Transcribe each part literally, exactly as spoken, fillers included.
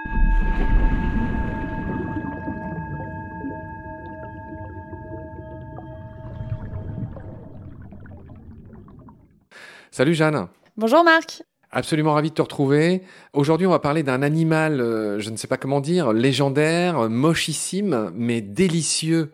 Salut Jeanne. Bonjour Marc. Absolument ravi de te retrouver. Aujourd'hui, on va parler d'un animal, euh, je ne sais pas comment dire, légendaire, mochissime, mais délicieux.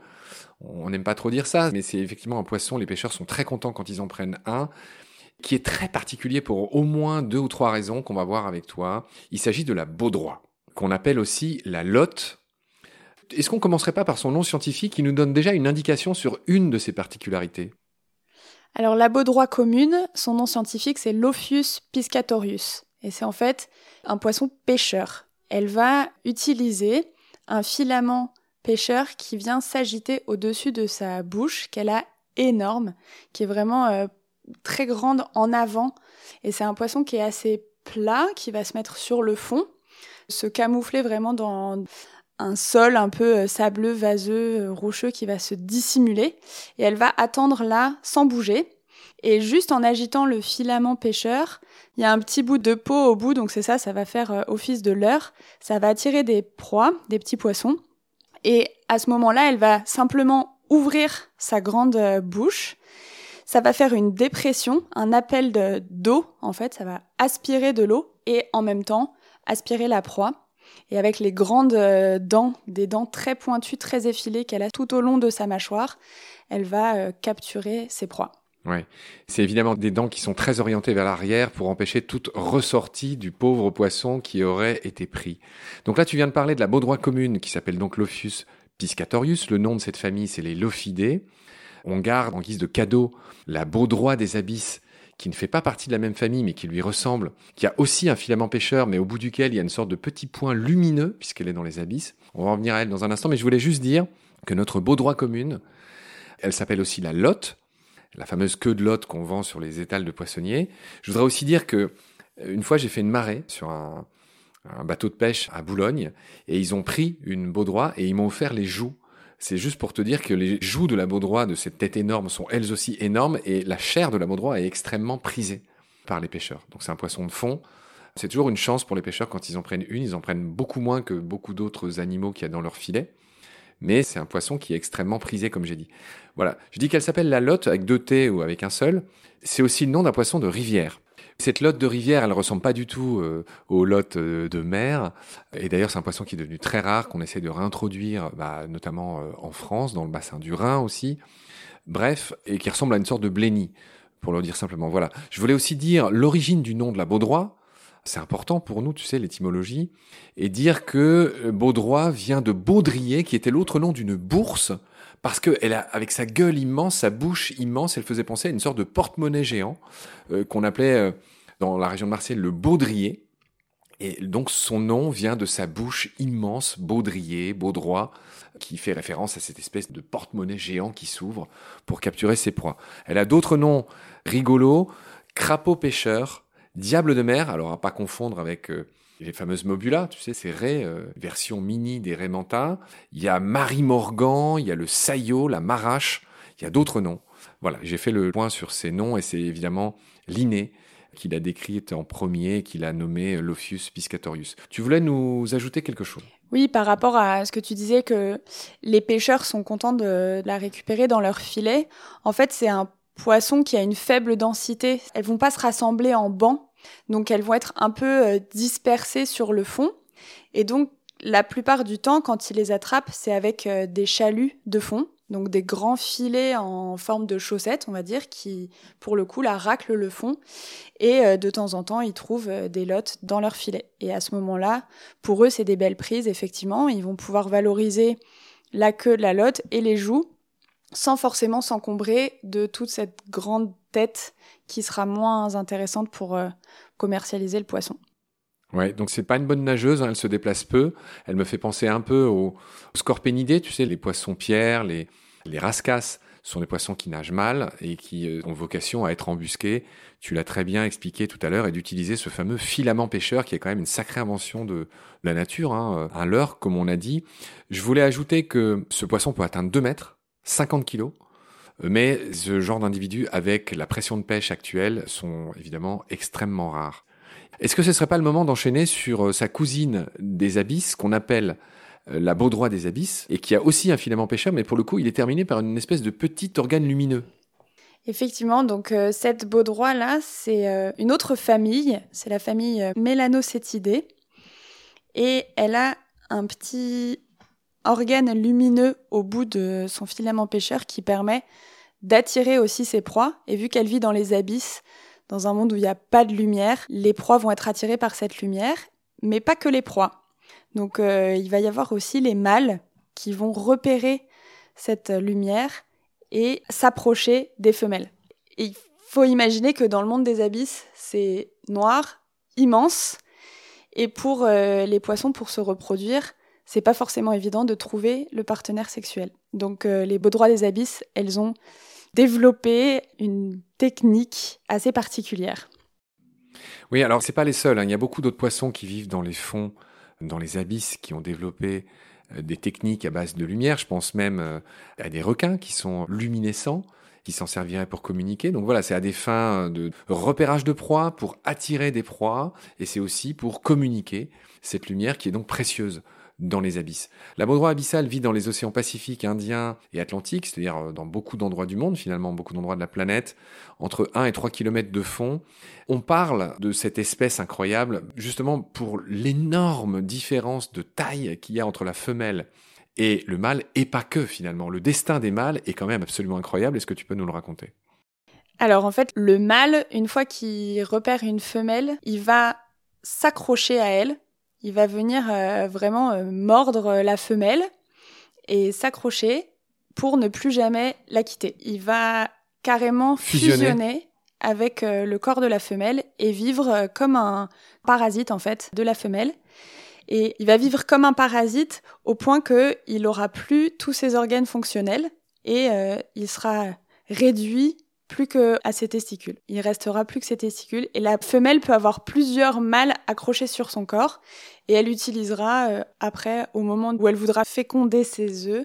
On n'aime pas trop dire ça, mais c'est effectivement un poisson. Les pêcheurs sont très contents quand ils en prennent un, qui est très particulier pour au moins deux ou trois raisons qu'on va voir avec toi. Il s'agit de la baudroie, qu'on appelle aussi la lotte. Est-ce qu'on commencerait pas par son nom scientifique qui nous donne déjà une indication sur une de ses particularités ? Alors la baudroie commune, son nom scientifique c'est Lophius piscatorius. Et c'est en fait un poisson pêcheur. Elle va utiliser un filament pêcheur qui vient s'agiter au-dessus de sa bouche, qu'elle a énorme, qui est vraiment euh, très grande en avant. Et c'est un poisson qui est assez plat, qui va se mettre sur le fond, se camoufler vraiment dans un sol un peu sableux, vaseux, rocheux qui va se dissimuler. Et elle va attendre là, sans bouger. Et juste en agitant le filament pêcheur, il y a un petit bout de peau au bout, donc c'est ça, ça va faire office de leurre. Ça va attirer des proies, des petits poissons. Et à ce moment-là, elle va simplement ouvrir sa grande bouche. Ça va faire une dépression, un appel de, d'eau, en fait. Ça va aspirer de l'eau et en même temps aspirer la proie. Et avec les grandes euh, dents, des dents très pointues, très effilées qu'elle a tout au long de sa mâchoire, elle va euh, capturer ses proies. Ouais, c'est évidemment des dents qui sont très orientées vers l'arrière pour empêcher toute ressortie du pauvre poisson qui aurait été pris. Donc là, tu viens de parler de la baudroie commune qui s'appelle donc Lophius piscatorius. Le nom de cette famille, c'est les Lophidés. On garde en guise de cadeau la baudroie des abysses qui ne fait pas partie de la même famille, mais qui lui ressemble, qui a aussi un filament pêcheur, mais au bout duquel il y a une sorte de petit point lumineux, puisqu'elle est dans les abysses. On va en venir à elle dans un instant, mais je voulais juste dire que notre baudroie commune, elle s'appelle aussi la lotte, la fameuse queue de lotte qu'on vend sur les étals de poissonniers. Je voudrais aussi dire que une fois, j'ai fait une marée sur un, un bateau de pêche à Boulogne, et ils ont pris une baudroie et ils m'ont offert les joues. C'est juste pour te dire que les joues de la baudroie, de cette tête énorme, sont elles aussi énormes et la chair de la baudroie est extrêmement prisée par les pêcheurs. Donc c'est un poisson de fond. C'est toujours une chance pour les pêcheurs quand ils en prennent une. Ils en prennent beaucoup moins que beaucoup d'autres animaux qu'il y a dans leur filet. Mais c'est un poisson qui est extrêmement prisé, comme j'ai dit. Voilà. Je dis qu'elle s'appelle la lotte avec deux T ou avec un seul. C'est aussi le nom d'un poisson de rivière. Cette lotte de rivière, elle ressemble pas du tout euh, aux lottes euh, de mer. Et d'ailleurs, c'est un poisson qui est devenu très rare, qu'on essaie de réintroduire, bah, notamment euh, en France, dans le bassin du Rhin aussi. Bref, et qui ressemble à une sorte de blenny, pour le dire simplement. Voilà. Je voulais aussi dire l'origine du nom de la baudroie. C'est important pour nous, tu sais, l'étymologie. Et dire que baudroie vient de baudrier, qui était l'autre nom d'une bourse, parce que elle a, avec sa gueule immense, sa bouche immense, elle faisait penser à une sorte de porte-monnaie géant euh, qu'on appelait euh, dans la région de Marseille le baudrier. Et donc son nom vient de sa bouche immense, baudrier, baudroie, qui fait référence à cette espèce de porte-monnaie géant qui s'ouvre pour capturer ses proies. Elle a d'autres noms rigolos, crapaud pêcheur, diable de mer, alors à pas confondre avec euh, les fameuses mobulas, tu sais, ces raies, euh, version mini des raies manta. Il y a Marie Morgan, il y a le saillot, la marache, il y a d'autres noms. Voilà, j'ai fait le point sur ces noms et c'est évidemment Linné qui l'a décrite en premier, qui l'a nommé Lophius piscatorius. Tu voulais nous ajouter quelque chose ? Oui, par rapport à ce que tu disais que les pêcheurs sont contents de la récupérer dans leur filet. En fait, c'est un poisson qui a une faible densité. Elles vont pas se rassembler en bancs. Donc, elles vont être un peu dispersées sur le fond. Et donc, la plupart du temps, quand ils les attrapent, c'est avec des chaluts de fond. Donc, des grands filets en forme de chaussettes, on va dire, qui, pour le coup, la raclent le fond. Et de temps en temps, ils trouvent des lottes dans leur filet. Et à ce moment-là, pour eux, c'est des belles prises, effectivement. Ils vont pouvoir valoriser la queue de la lotte et les joues sans forcément s'encombrer de toute cette grande tête qui sera moins intéressante pour euh, commercialiser le poisson. Ouais, donc c'est pas une bonne nageuse, hein, elle se déplace peu. Elle me fait penser un peu aux, aux scorpénidés, tu sais, les poissons-pierres, les, les rascasses. Ce sont des poissons qui nagent mal et qui euh, ont vocation à être embusqués. Tu l'as très bien expliqué tout à l'heure, et d'utiliser ce fameux filament pêcheur qui est quand même une sacrée invention de, de la nature, hein, un leurre, comme on a dit. Je voulais ajouter que ce poisson peut atteindre deux mètres, cinquante kilos. Mais ce genre d'individus, avec la pression de pêche actuelle, sont évidemment extrêmement rares. Est-ce que ce serait pas le moment d'enchaîner sur sa cousine des abysses, qu'on appelle la baudroie des abysses, et qui a aussi un filament pêcheur, mais pour le coup, il est terminé par une espèce de petit organe lumineux. Effectivement, donc euh, cette baudroie-là, c'est euh, une autre famille, c'est la famille euh, Melanocetidae, et elle a un petit organe lumineux au bout de son filament pêcheur qui permet d'attirer aussi ses proies, et vu qu'elle vit dans les abysses, dans un monde où il n'y a pas de lumière, les proies vont être attirées par cette lumière, mais pas que les proies. Donc euh, il va y avoir aussi les mâles qui vont repérer cette lumière et s'approcher des femelles. Et il faut imaginer que dans le monde des abysses, c'est noir, immense, et pour euh, les poissons, pour se reproduire, c'est pas forcément évident de trouver le partenaire sexuel. Donc euh, les baudroies des abysses, elles ont développé une technique assez particulière. Oui, alors c'est pas les seuls, hein. Il y a beaucoup d'autres poissons qui vivent dans les fonds, dans les abysses, qui ont développé euh, des techniques à base de lumière. Je pense même euh, à des requins qui sont luminescents, qui s'en serviraient pour communiquer. Donc voilà, c'est à des fins de repérage de proies, pour attirer des proies, et c'est aussi pour communiquer cette lumière qui est donc précieuse dans les abysses. La baudroie abyssale vit dans les océans Pacifique, Indien et Atlantique, c'est-à-dire dans beaucoup d'endroits du monde, finalement, beaucoup d'endroits de la planète, entre un et trois kilomètres de fond. On parle de cette espèce incroyable, justement pour l'énorme différence de taille qu'il y a entre la femelle et le mâle, et pas que, finalement. Le destin des mâles est quand même absolument incroyable. Est-ce que tu peux nous le raconter ? Alors, en fait, le mâle, une fois qu'il repère une femelle, il va s'accrocher à elle. Il va venir euh, vraiment euh, mordre la femelle et s'accrocher pour ne plus jamais la quitter. Il va carrément fusionner, fusionner avec euh, le corps de la femelle et vivre euh, comme un parasite en fait de la femelle. Et il va vivre comme un parasite au point qu'il n'aura plus tous ses organes fonctionnels et euh, il sera réduit plus qu'à ses testicules. Il restera plus que ses testicules et la femelle peut avoir plusieurs mâles accrochés sur son corps et elle utilisera euh, après, au moment où elle voudra féconder ses œufs,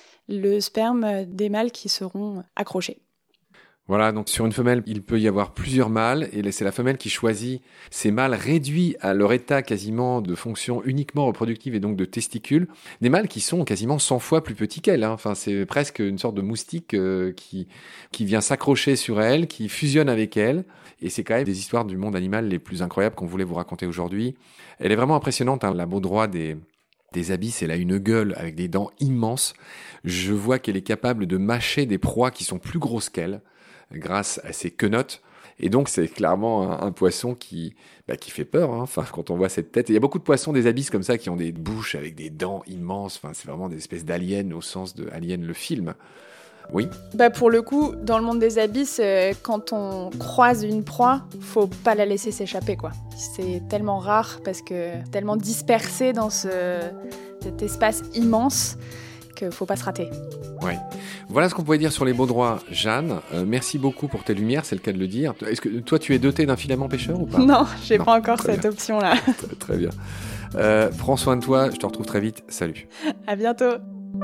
le sperme des mâles qui seront accrochés. Voilà, donc sur une femelle, il peut y avoir plusieurs mâles, et c'est la femelle qui choisit ces mâles réduits à leur état quasiment de fonction uniquement reproductive et donc de testicules, des mâles qui sont quasiment cent fois plus petits qu'elle, hein. Enfin, c'est presque une sorte de moustique euh, qui, qui vient s'accrocher sur elle, qui fusionne avec elle, et c'est quand même des histoires du monde animal les plus incroyables qu'on voulait vous raconter aujourd'hui. Elle est vraiment impressionnante, hein, la baudroie des... des abysses, elle a une gueule avec des dents immenses. Je vois qu'elle est capable de mâcher des proies qui sont plus grosses qu'elle, grâce à ses quenottes. Et donc, c'est clairement un, un poisson qui, bah, qui fait peur, hein. Enfin, quand on voit cette tête. Il y a beaucoup de poissons des abysses comme ça qui ont des bouches avec des dents immenses. Enfin, c'est vraiment des espèces d'aliens au sens de Alien le film. Oui. Bah pour le coup, dans le monde des abysses, euh, quand on croise une proie, faut pas la laisser s'échapper, quoi. C'est tellement rare parce que tellement dispersé dans ce, cet espace immense qu'il faut pas se rater. Ouais. Voilà ce qu'on pouvait dire sur les baudroies, Jeanne. Euh, merci beaucoup pour tes lumières, c'est le cas de le dire. Est-ce que toi, tu es dotée d'un filament pêcheur ou pas ? Non, j'ai non, pas encore cette bien. option-là. très, très bien. Euh, prends soin de toi, je te retrouve très vite. Salut. À bientôt.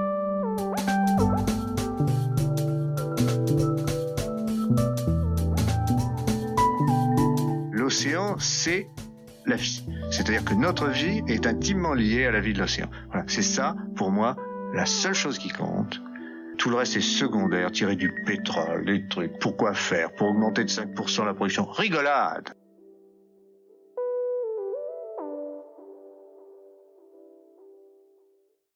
L'océan, c'est la vie. C'est-à-dire que notre vie est intimement liée à la vie de l'océan. Voilà. C'est ça, pour moi, la seule chose qui compte. Tout le reste est secondaire, tirer du pétrole, des trucs. Pourquoi faire ? Pour augmenter de cinq pour cent la production ? Rigolade !